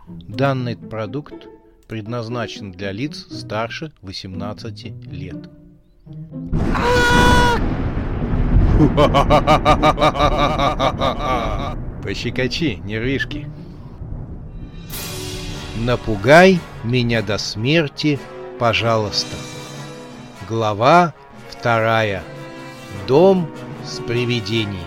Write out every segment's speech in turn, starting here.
Данный продукт предназначен для лиц старше 18 лет. Пощекочи нервишки. Напугай меня до смерти, пожалуйста. Глава 2. Дом с привидениями.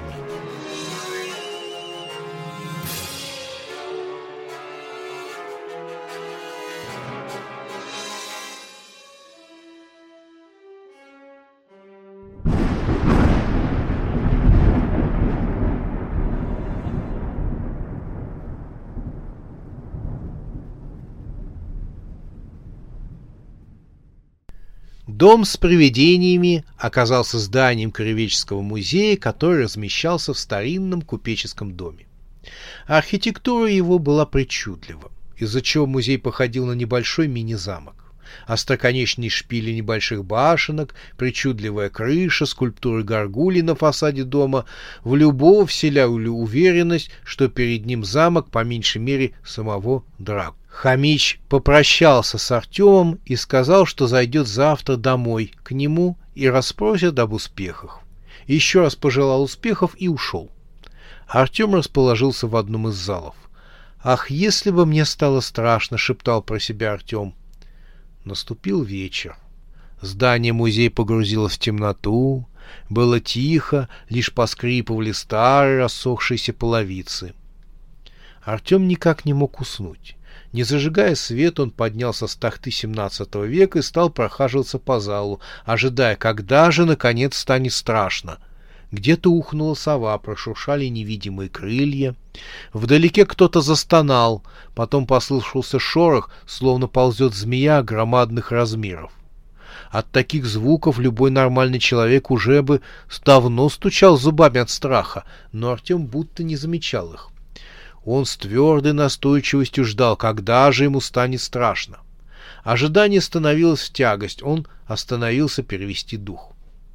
Дом с привидениями оказался зданием Краеведческого музея, который размещался в старинном купеческом доме. Архитектура его была причудлива, из-за чего музей походил на небольшой мини-замок. Остроконечные шпили небольших башенок, причудливая крыша, скульптуры горгулей на фасаде дома в любого вселяли уверенность, что перед ним замок, по меньшей мере, самого Дракулы. Хомич попрощался с Артемом и сказал, что зайдет завтра домой к нему и расспросит об успехах. Еще раз пожелал успехов и ушел. Артем расположился в одном из залов. «Ах, если бы мне стало страшно!» — шептал про себя Артем. Наступил вечер. Здание музея погрузилось в темноту. Было тихо, лишь поскрипывали старые рассохшиеся половицы. Артем никак не мог уснуть. Не зажигая свет, он поднялся с тахты XVII века и стал прохаживаться по залу, ожидая, когда же, наконец, станет страшно. Где-то ухнула сова, прошуршали невидимые крылья. Вдалеке кто-то застонал, потом послышался шорох, словно ползет змея громадных размеров. От таких звуков любой нормальный человек уже бы давно стучал зубами от страха, но Артем будто не замечал их. Он с твердой настойчивостью ждал, когда же ему станет страшно. Ожидание становилось в тягость, он остановился перевести дух.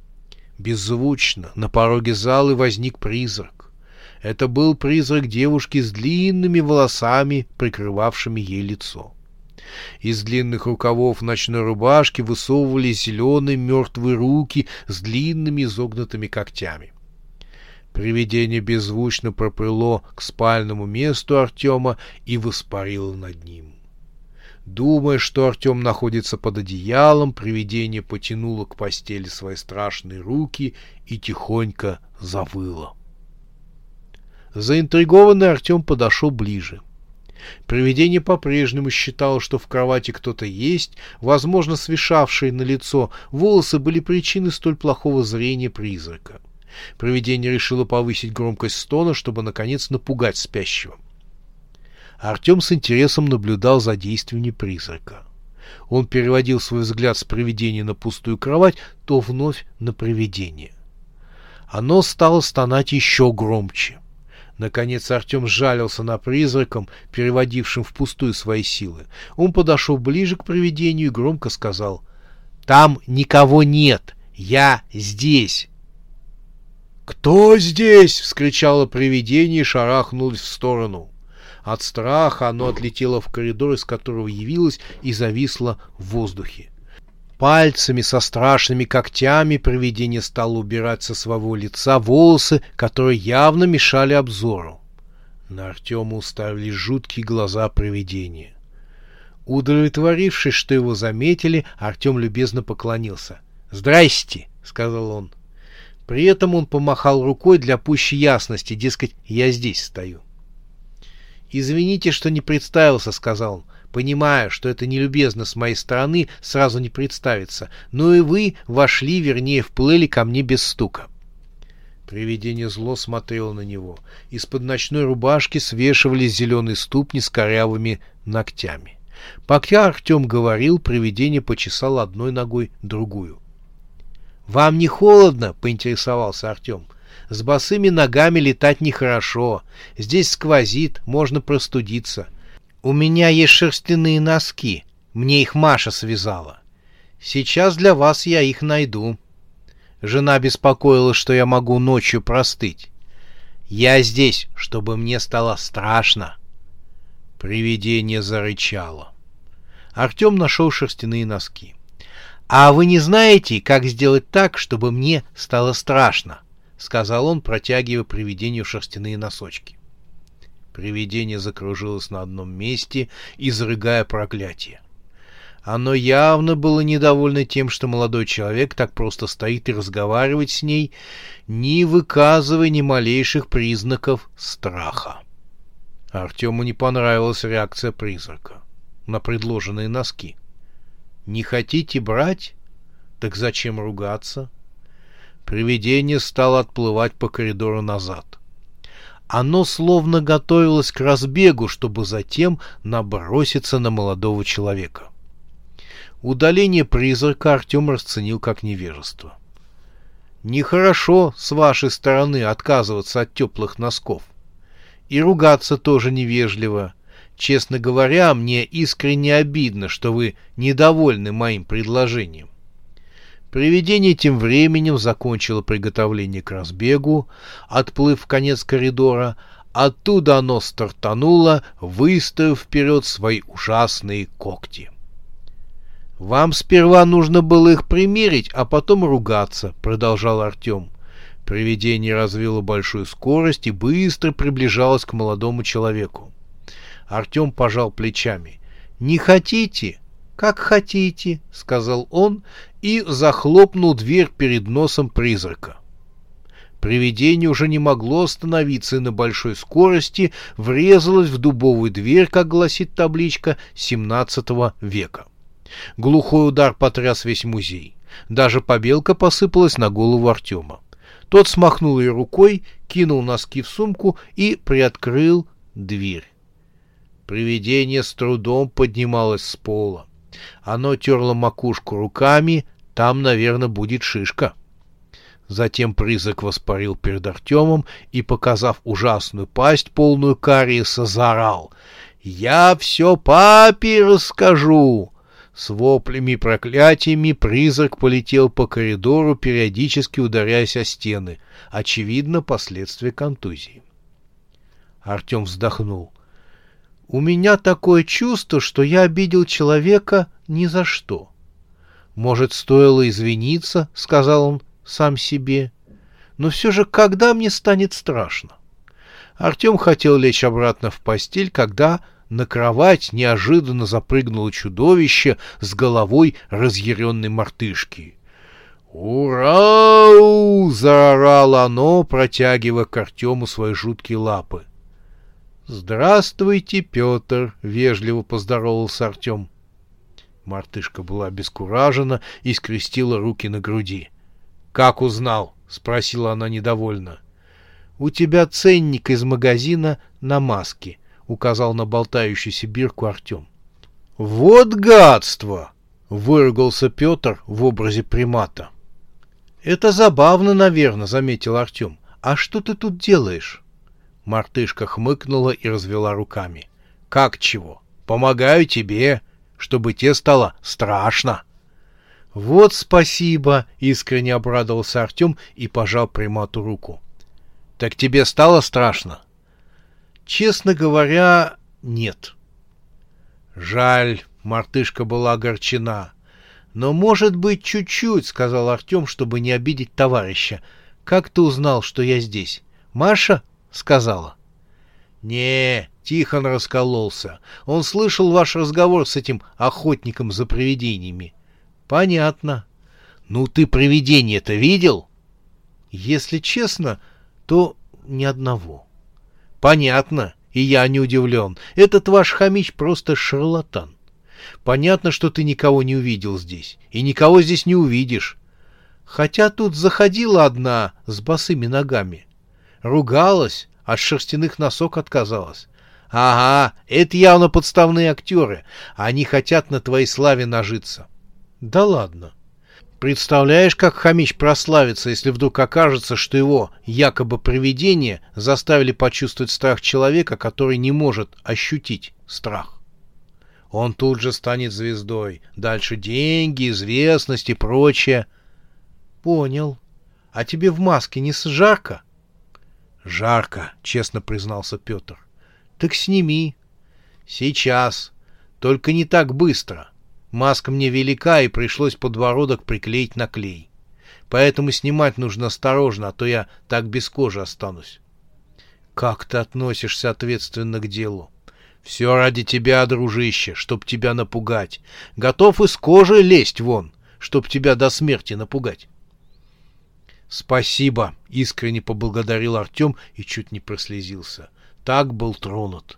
Беззвучно на пороге зала возник призрак. Это был призрак девушки с длинными волосами, прикрывавшими ей лицо. Из длинных рукавов ночной рубашки высовывались зеленые мертвые руки с длинными изогнутыми когтями. Привидение беззвучно проплыло к спальному месту Артема и воспарило над ним. Думая, что Артем находится под одеялом, привидение потянуло к постели свои страшные руки и тихонько завыло. Заинтригованный Артем подошел ближе. Привидение по-прежнему считало, что в кровати кто-то есть, возможно, свисавшие на лицо волосы были причиной столь плохого зрения призрака. Привидение решило повысить громкость стона, чтобы, наконец, напугать спящего. Артем с интересом наблюдал за действиями призрака. Он переводил свой взгляд с привидения на пустую кровать, то вновь на привидение. Оно стало стонать еще громче. Наконец Артем сжалился над призраком, переводившим впустую свои силы. Он подошел ближе к привидению и громко сказал: «Там никого нет! Я здесь!» «Кто здесь?» — вскричало привидение и шарахнулось в сторону. От страха оно отлетело в коридор, из которого явилось, и зависло в воздухе. Пальцами со страшными когтями привидение стало убирать со своего лица волосы, которые явно мешали обзору. На Артема уставились жуткие глаза привидения. Удовлетворившись, что его заметили, Артем любезно поклонился. «Здрасте!» — сказал он. При этом он помахал рукой для пущей ясности, дескать, я здесь стою. «Извините, что не представился», — сказал он. «Понимаю, что это нелюбезно с моей стороны сразу не представиться, но и вы вошли, вернее, вплыли ко мне без стука». Привидение зло смотрело на него. Из-под ночной рубашки свешивались зеленые ступни с корявыми ногтями. Пока Артем говорил, привидение почесало одной ногой другую. «Вам не холодно?» — поинтересовался Артем. «С босыми ногами летать нехорошо. Здесь сквозит, можно простудиться. У меня есть шерстяные носки. Мне их Маша связала. Сейчас для вас я их найду. Жена беспокоилась, что я могу ночью простыть. Я здесь, чтобы мне стало страшно». Привидение зарычало. Артем нашел шерстяные носки. «А вы не знаете, как сделать так, чтобы мне стало страшно?» — сказал он, протягивая привидению шерстяные носочки. Привидение закружилось на одном месте, изрыгая проклятие. Оно явно было недовольно тем, что молодой человек так просто стоит и разговаривает с ней, не выказывая ни малейших признаков страха. Артему не понравилась реакция призрака на предложенные носки. «Не хотите брать? Так зачем ругаться?» Привидение стало отплывать по коридору назад. Оно словно готовилось к разбегу, чтобы затем наброситься на молодого человека. Удаление призрака Артем расценил как невежество. Нехорошо с вашей стороны отказываться от теплых носков. И ругаться тоже невежливо. Честно говоря, мне искренне обидно, что вы недовольны моим предложением. Привидение тем временем закончило приготовление к разбегу, отплыв в конец коридора. Оттуда оно стартануло, выставив вперед свои ужасные когти. «Вам сперва нужно было их примерить, а потом ругаться», — продолжал Артем. Привидение развило большую скорость и быстро приближалось к молодому человеку. Артем пожал плечами. «Не хотите? Как хотите», — сказал он и захлопнул дверь перед носом призрака. Привидение уже не могло остановиться и на большой скорости врезалось в дубовую дверь, как гласит табличка, XVII века. Глухой удар потряс весь музей. Даже побелка посыпалась на голову Артема. Тот смахнул ее рукой, кинул носки в сумку и приоткрыл дверь. Привидение с трудом поднималось с пола. Оно терло макушку руками, там, наверное, будет шишка. Затем призрак воспарил перед Артемом и, показав ужасную пасть, полную кариеса, заорал: «Я все папе расскажу!» С воплями и проклятиями призрак полетел по коридору, периодически ударяясь о стены. Очевидно, последствия контузии. Артем вздохнул. «У меня такое чувство, что я обидел человека ни за что. Может, стоило извиниться, — сказал он сам себе, — но все же когда мне станет страшно?» Артем хотел лечь обратно в постель, когда на кровать неожиданно запрыгнуло чудовище с головой разъяренной мартышки. «Ура!» — заорало оно, протягивая к Артему свои жуткие лапы. «Здравствуйте, Петр!» — вежливо поздоровался Артем. Мартышка была обескуражена и скрестила руки на груди. «Как узнал?» — спросила она недовольно. «У тебя ценник из магазина на маски», — указал на болтающуюся бирку Артем. «Вот гадство!» — выругался Петр в образе примата. «Это забавно, наверное», — заметил Артем. «А что ты тут делаешь?» Мартышка хмыкнула и развела руками. «Как чего? Помогаю тебе, чтобы тебе стало страшно». «Вот спасибо!» — искренне обрадовался Артем и пожал примату руку. «Так тебе стало страшно?» «Честно говоря, нет». «Жаль», — мартышка была огорчена. «Но, может быть, чуть-чуть», — сказал Артем, чтобы не обидеть товарища. «Как ты узнал, что я здесь? Маша сказала?» «Не», — Тихон раскололся. «Он слышал ваш разговор с этим охотником за привидениями». «Понятно». «Ну ты привидение-то видел?» «Если честно, то ни одного». «Понятно, и я не удивлен. Этот ваш хомич просто шарлатан. Понятно, что ты никого не увидел здесь, и никого здесь не увидишь. Хотя тут заходила одна с босыми ногами. Ругалась, от шерстяных носок отказалась. Ага, это явно подставные актеры. Они хотят на твоей славе нажиться». «Да ладно. Представляешь, как хомич прославится, если вдруг окажется, что его якобы привидение заставили почувствовать страх человека, который не может ощутить страх. Он тут же станет звездой. Дальше деньги, известность и прочее». «Понял. А тебе в маске не жарко?» «Жарко», — честно признался Петр. «Так сними». Сейчас. Только не так быстро. Маска мне велика, и пришлось подбородок приклеить на клей. Поэтому снимать нужно осторожно, а то я так без кожи останусь. Как ты относишься ответственно к делу? Все ради тебя, дружище, чтоб тебя напугать. Готов из кожи лезть вон, чтоб тебя до смерти напугать. Спасибо, искренне поблагодарил Артем и чуть не прослезился. Так был тронут.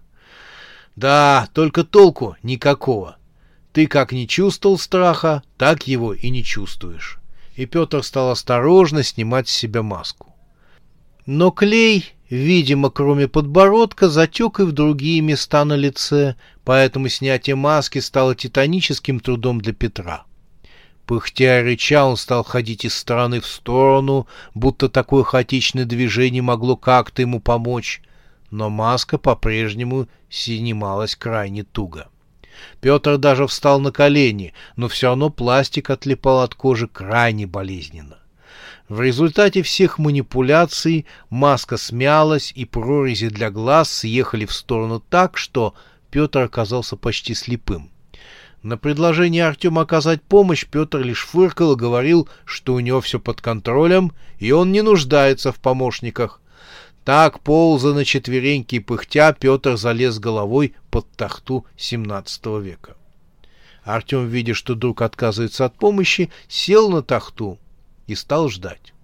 Да, только толку никакого. Ты как не чувствовал страха, так его и не чувствуешь. И Петр стал осторожно снимать с себя маску. Но клей, видимо, кроме подбородка, затек и в другие места на лице, поэтому снятие маски стало титаническим трудом для Петра. Пыхтя и рыча, он стал ходить из стороны в сторону, будто такое хаотичное движение могло как-то ему помочь, но маска по-прежнему снималась крайне туго. Петр даже встал на колени, но все равно пластик отлипал от кожи крайне болезненно. В результате всех манипуляций маска смялась, и прорези для глаз съехали в сторону так, что Петр оказался почти слепым. На предложение Артема оказать помощь Петр лишь фыркал и говорил, что у него все под контролем, и он не нуждается в помощниках. Так, ползая на четвереньки и пыхтя, Петр залез головой под тахту XVII века. Артем, видя, что друг отказывается от помощи, сел на тахту и стал ждать.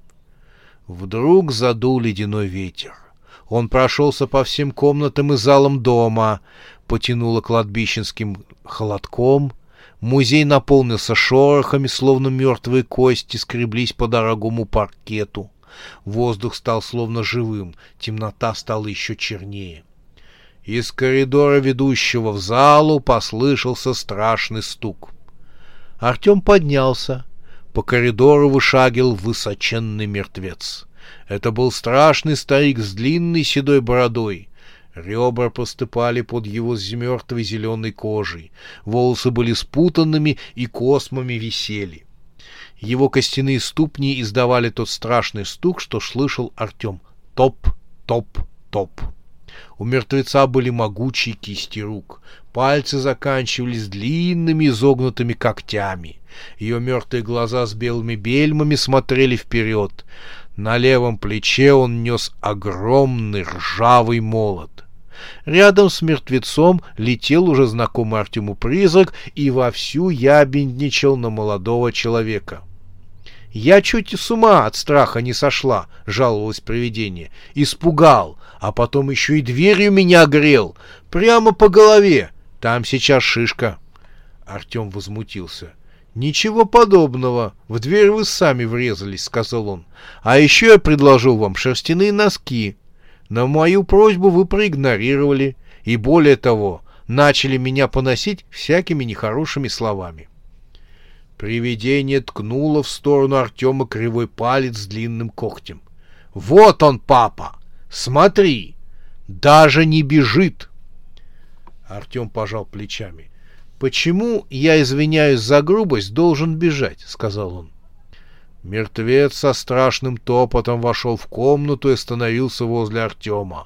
Вдруг задул ледяной ветер. Он прошелся по всем комнатам и залам дома, потянуло кладбищенским холодком. Музей наполнился шорохами, словно мертвые кости скреблись по дорогому паркету. Воздух стал словно живым, темнота стала еще чернее. Из коридора, ведущего в залу, послышался страшный стук. Артем поднялся. По коридору вышагивал высоченный мертвец. Это был страшный старик с длинной седой бородой. Ребра поступали под его мертвой зеленой кожей. Волосы были спутанными и космами висели. Его костяные ступни издавали тот страшный стук, что слышал Артем. Топ, топ, топ. У мертвеца были могучие кисти рук. Пальцы заканчивались длинными изогнутыми когтями. Ее мертвые глаза с белыми бельмами смотрели вперед. На левом плече он нес огромный ржавый молот. Рядом с мертвецом летел уже знакомый Артему призрак и вовсю ябедничал на молодого человека. «Я чуть с ума от страха не сошла», — жаловалось привидение. «Испугал, а потом еще и дверью меня грел. Прямо по голове. Там сейчас шишка». Артем возмутился. «Ничего подобного. В дверь вы сами врезались», — сказал он. «А еще я предложил вам шерстяные носки. Но мою просьбу вы проигнорировали. И более того, начали меня поносить всякими нехорошими словами». Привидение ткнуло в сторону Артема кривой палец с длинным когтем. «Вот он, папа! Смотри! Даже не бежит!» Артем пожал плечами. «Почему, я извиняюсь за грубость, должен бежать?» — сказал он. Мертвец со страшным топотом вошел в комнату и остановился возле Артема.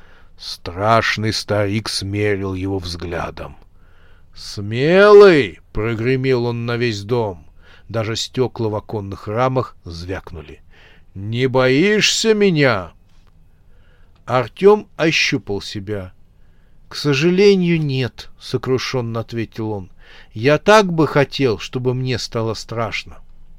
Страшный старик смерил его взглядом. «Смелый!» — прогремел он на весь дом. Даже стекла в оконных рамах звякнули. «Не боишься меня?» Артем ощупал себя. «К сожалению, нет», — сокрушенно ответил он. «Я так бы хотел, чтобы мне стало страшно».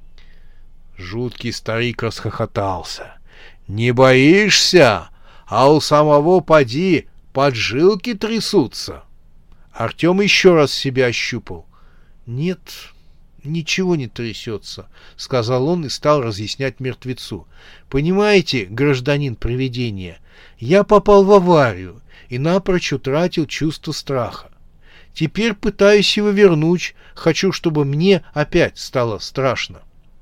Жуткий старик расхохотался. «Не боишься? А у самого поди поджилки трясутся». Артем еще раз себя ощупал. «Нет, ничего не трясется», — сказал он и стал разъяснять мертвецу. «Понимаете, гражданин привидения, я попал в аварию и напрочь утратил чувство страха. Теперь пытаюсь его вернуть, хочу, чтобы мне опять стало страшно».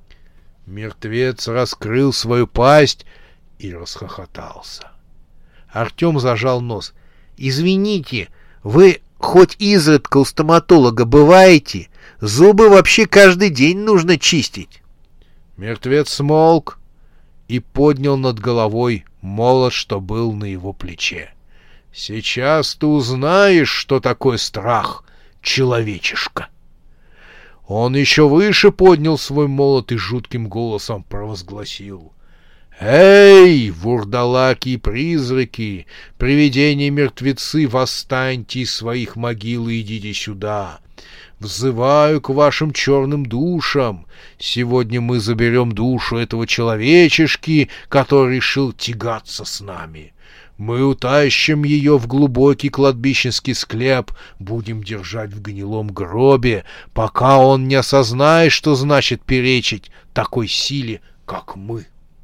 Мертвец раскрыл свою пасть и расхохотался. Артем зажал нос. «Извините, вы хоть изредка у стоматолога бываете? Зубы вообще каждый день нужно чистить». Мертвец смолк и поднял над головой молот, что был на его плече. Сейчас ты узнаешь, что такое страх, человечишка. Он еще выше поднял свой молот и жутким голосом провозгласил: «Эй, вурдалаки и призраки, привидения-мертвецы, восстаньте из своих могил и идите сюда! Взываю к вашим черным душам! Сегодня мы заберем душу этого человечишки, который решил тягаться с нами. Мы утащим ее в глубокий кладбищенский склеп, будем держать в гнилом гробе, пока он не осознает, что значит перечить такой силе, как мы».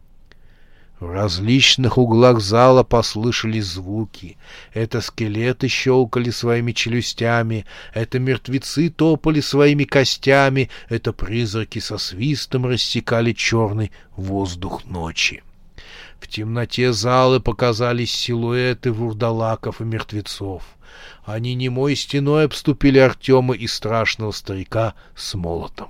В различных углах зала послышались звуки. Это скелеты щелкали своими челюстями, это мертвецы топали своими костями, это призраки со свистом рассекали черный воздух ночи. В темноте залы показались силуэты вурдалаков и мертвецов. Они немой стеной обступили Артема и страшного старика с молотом.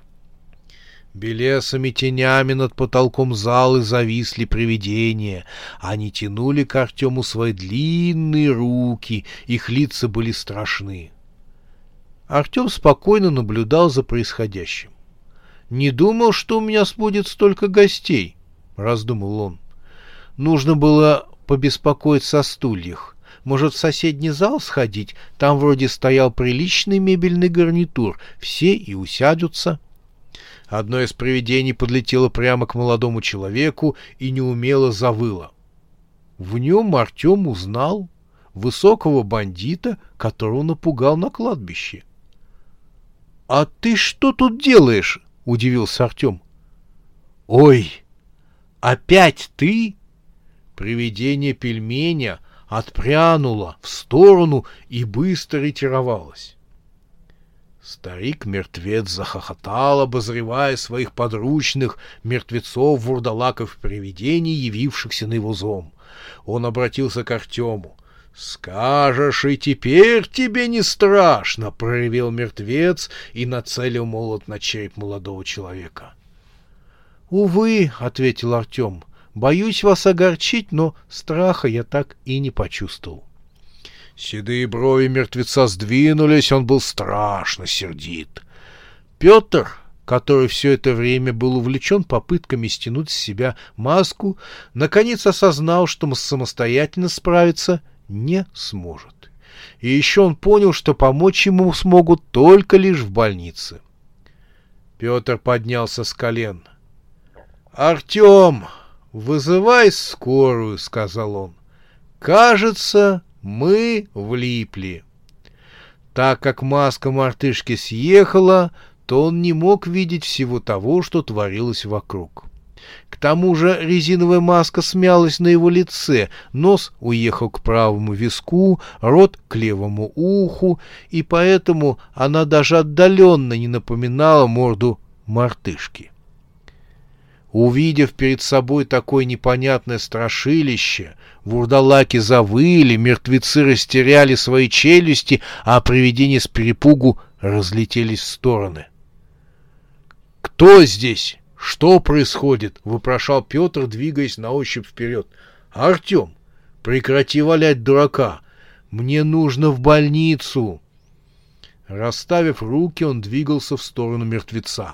Белесыми тенями над потолком залы зависли привидения. Они тянули к Артему свои длинные руки, их лица были страшны. Артем спокойно наблюдал за происходящим. «Не думал, что у меня будет столько гостей», — раздумал он. «Нужно было побеспокоиться о стульях. Может, в соседний зал сходить? Там вроде стоял приличный мебельный гарнитур. Все и усядутся». Одно из привидений подлетело прямо к молодому человеку и неумело завыло. В нем Артем узнал высокого бандита, которого напугал на кладбище. «А ты что тут делаешь?» — удивился Артем. «Ой, опять ты?» Привидение пельменя отпрянуло в сторону и быстро ретировалось. Старик-мертвец захохотал, обозревая своих подручных мертвецов, вурдалаков и привидений, явившихся на его зов. Он обратился к Артему. «Скажешь, и теперь тебе не страшно!» — проревел мертвец и нацелил молот на череп молодого человека. «Увы», — ответил Артем, — «боюсь вас огорчить, но страха я так и не почувствовал». Седые брови мертвеца сдвинулись, он был страшно сердит. Петр, который все это время был увлечен попытками стянуть с себя маску, наконец осознал, что самостоятельно справиться не сможет. И еще он понял, что помочь ему смогут только лишь в больнице. Петр поднялся с колен. «Артем, вызывай скорую», — сказал он. «Кажется, мы влипли». Так как маска мартышки съехала, то он не мог видеть всего того, что творилось вокруг. К тому же резиновая маска смялась на его лице, нос уехал к правому виску, рот к левому уху, и поэтому она даже отдаленно не напоминала морду мартышки. Увидев перед собой такое непонятное страшилище, вурдалаки завыли, мертвецы растеряли свои челюсти, а привидения с перепугу разлетелись в стороны. «Кто здесь? Что происходит?» — вопрошал Петр, двигаясь на ощупь вперед. «Артем, прекрати валять дурака! Мне нужно в больницу!» Расставив руки, он двигался в сторону мертвеца.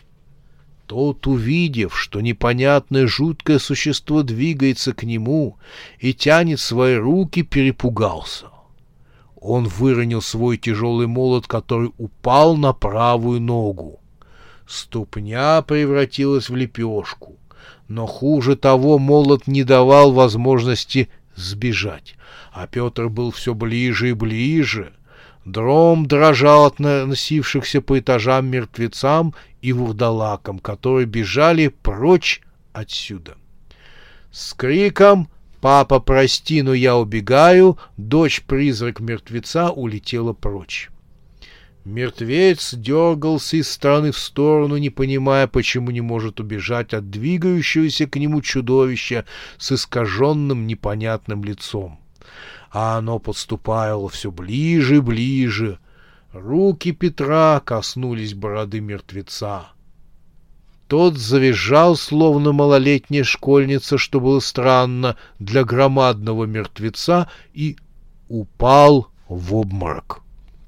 Тот, увидев, что непонятное жуткое существо двигается к нему и тянет свои руки, перепугался. Он выронил свой тяжелый молот, который упал на правую ногу. Ступня превратилась в лепешку, но хуже того, молот не давал возможности сбежать, а Петр был все ближе и ближе. Дром дрожал от носившихся по этажам мертвецам и вурдалакам, которые бежали прочь отсюда. С криком «Папа, прости, но я убегаю!» дочь-призрак мертвеца улетела прочь. Мертвец дергался из стороны в сторону, не понимая, почему не может убежать от двигающегося к нему чудовища с искаженным непонятным лицом. А оно подступало все ближе и ближе. Руки Петра коснулись бороды мертвеца. Тот завизжал, словно малолетняя школьница, что было странно для громадного мертвеца, и упал в обморок.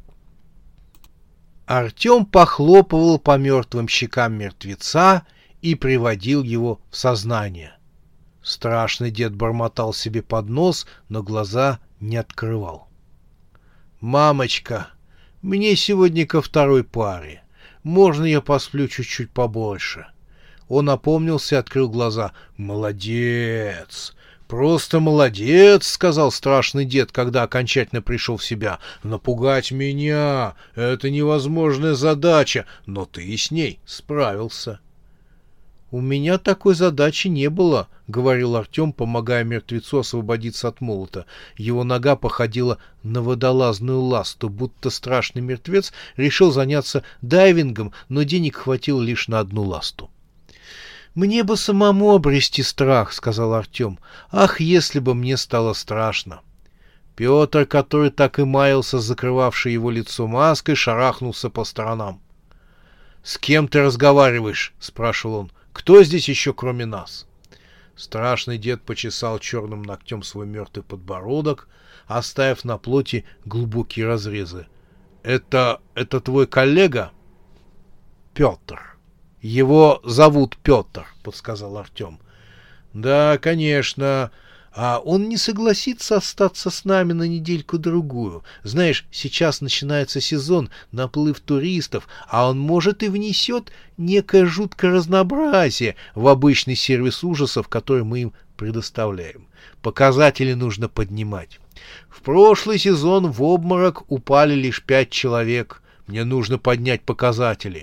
Артем похлопывал по мертвым щекам мертвеца и приводил его в сознание. Страшный дед бормотал себе под нос, но глаза не открывал. «Мамочка, мне сегодня ко второй паре. Можно я посплю чуть-чуть побольше?» Он опомнился и открыл глаза. «Молодец! Просто молодец!» — сказал страшный дед, когда окончательно пришел в себя. «Напугать меня — это невозможная задача, но ты и с ней справился». «У меня такой задачи не было», — говорил Артем, помогая мертвецу освободиться от молота. Его нога походила на водолазную ласту, будто страшный мертвец решил заняться дайвингом, но денег хватило лишь на одну ласту. «Мне бы самому обрести страх», — сказал Артем. «Ах, если бы мне стало страшно!» Петр, который так и маялся, закрывавший его лицо маской, шарахнулся по сторонам. «С кем ты разговариваешь?» — спрашивал он. «Кто здесь еще, кроме нас?» Страшный дед почесал черным ногтем свой мертвый подбородок, оставив на плоти глубокие разрезы. Это твой коллега?» «Петр. Его зовут Петр», — подсказал Артем. «Да, конечно. А он не согласится остаться с нами на недельку-другую. Знаешь, сейчас начинается сезон, наплыв туристов, а он, может, и внесет некое жуткое разнообразие в обычный сервис ужасов, который мы им предоставляем. Показатели нужно поднимать. В прошлый сезон в обморок упали лишь 5 человек. Мне нужно поднять показатели.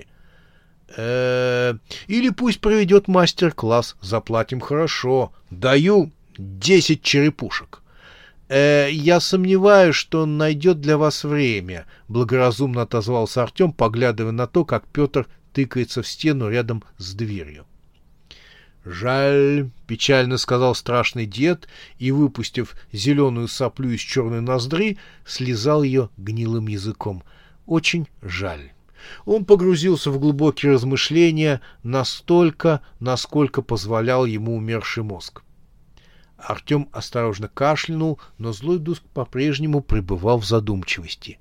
Или пусть проведет мастер-класс. Заплатим хорошо. Даю 10 черепушек. Я сомневаюсь, что он найдет для вас время, благоразумно отозвался Артем, поглядывая на то, как Петр тыкается в стену рядом с дверью. «Жаль», — печально сказал страшный дед и, выпустив зеленую соплю из черной ноздри, слизал ее гнилым языком. «Очень жаль». Он погрузился в глубокие размышления настолько, насколько позволял ему умерший мозг. Артем осторожно кашлянул, но злой дух по-прежнему пребывал в задумчивости.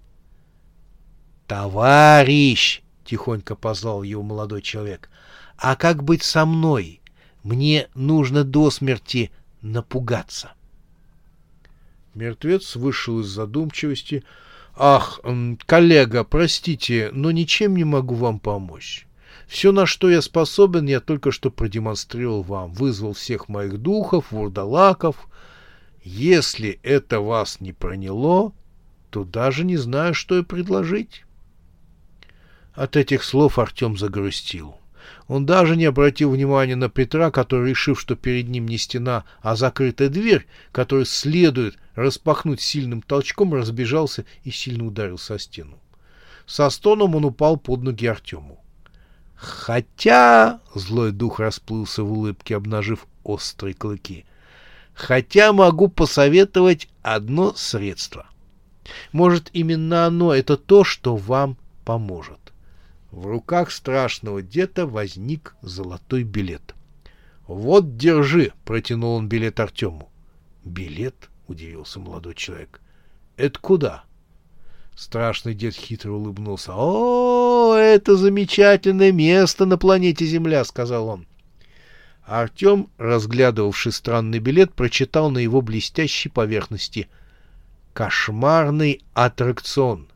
«Товарищ!» — тихонько позвал его молодой человек. «А как быть со мной? Мне нужно до смерти напугаться». Мертвец вышел из задумчивости. «Ах, коллега, простите, но ничем не могу вам помочь. Все, на что я способен, я только что продемонстрировал вам. Вызвал всех моих духов, вурдалаков. Если это вас не проняло, то даже не знаю, что и предложить». От этих слов Артем загрустил. Он даже не обратил внимания на Петра, который, решив, что перед ним не стена, а закрытая дверь, которую следует распахнуть сильным толчком, разбежался и сильно ударился о стену. Со стоном он упал под ноги Артему. «Хотя...» — злой дух расплылся в улыбке, обнажив острые клыки. «Хотя могу посоветовать одно средство. Может, именно оно — это то, что вам поможет». В руках страшного деда возник золотой билет. «Вот, держи!» — протянул он билет Артему. «Билет?» — удивился молодой человек. «Это куда?» Страшный дед хитро улыбнулся. «О, это замечательное место на планете Земля», — сказал он. Артем, разглядывавший странный билет, прочитал на его блестящей поверхности: «Кошмарный аттракцион».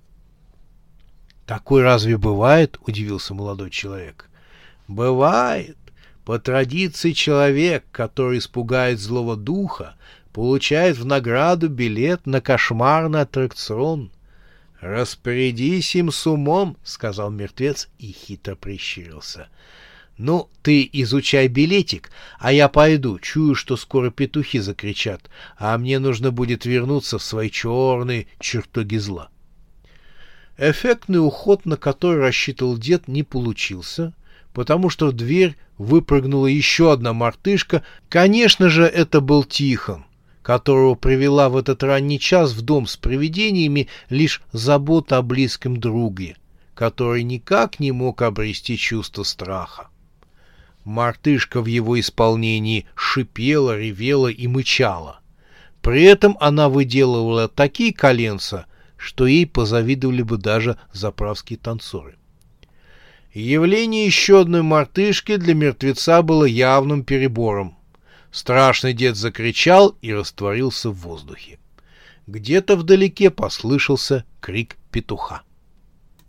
«Такой разве бывает?» — удивился молодой человек. «Бывает. По традиции человек, который испугает злого духа, получает в награду билет на кошмарный аттракцион. Распорядись им с умом», — сказал мертвец и хитро прищурился. «Ну, ты изучай билетик, а я пойду. Чую, что скоро петухи закричат, а мне нужно будет вернуться в свои черные чертоги зла». Эффектный уход, на который рассчитывал дед, не получился, потому что в дверь выпрыгнула еще одна мартышка. Конечно же, это был Тихон, которого привела в этот ранний час в дом с привидениями лишь забота о близком друге, который никак не мог обрести чувство страха. Мартышка в его исполнении шипела, ревела и мычала. При этом она выделывала такие коленца, что ей позавидовали бы даже заправские танцоры. Явление еще одной мартышки для мертвеца было явным перебором. Страшный дед закричал и растворился в воздухе. Где-то вдалеке послышался крик петуха.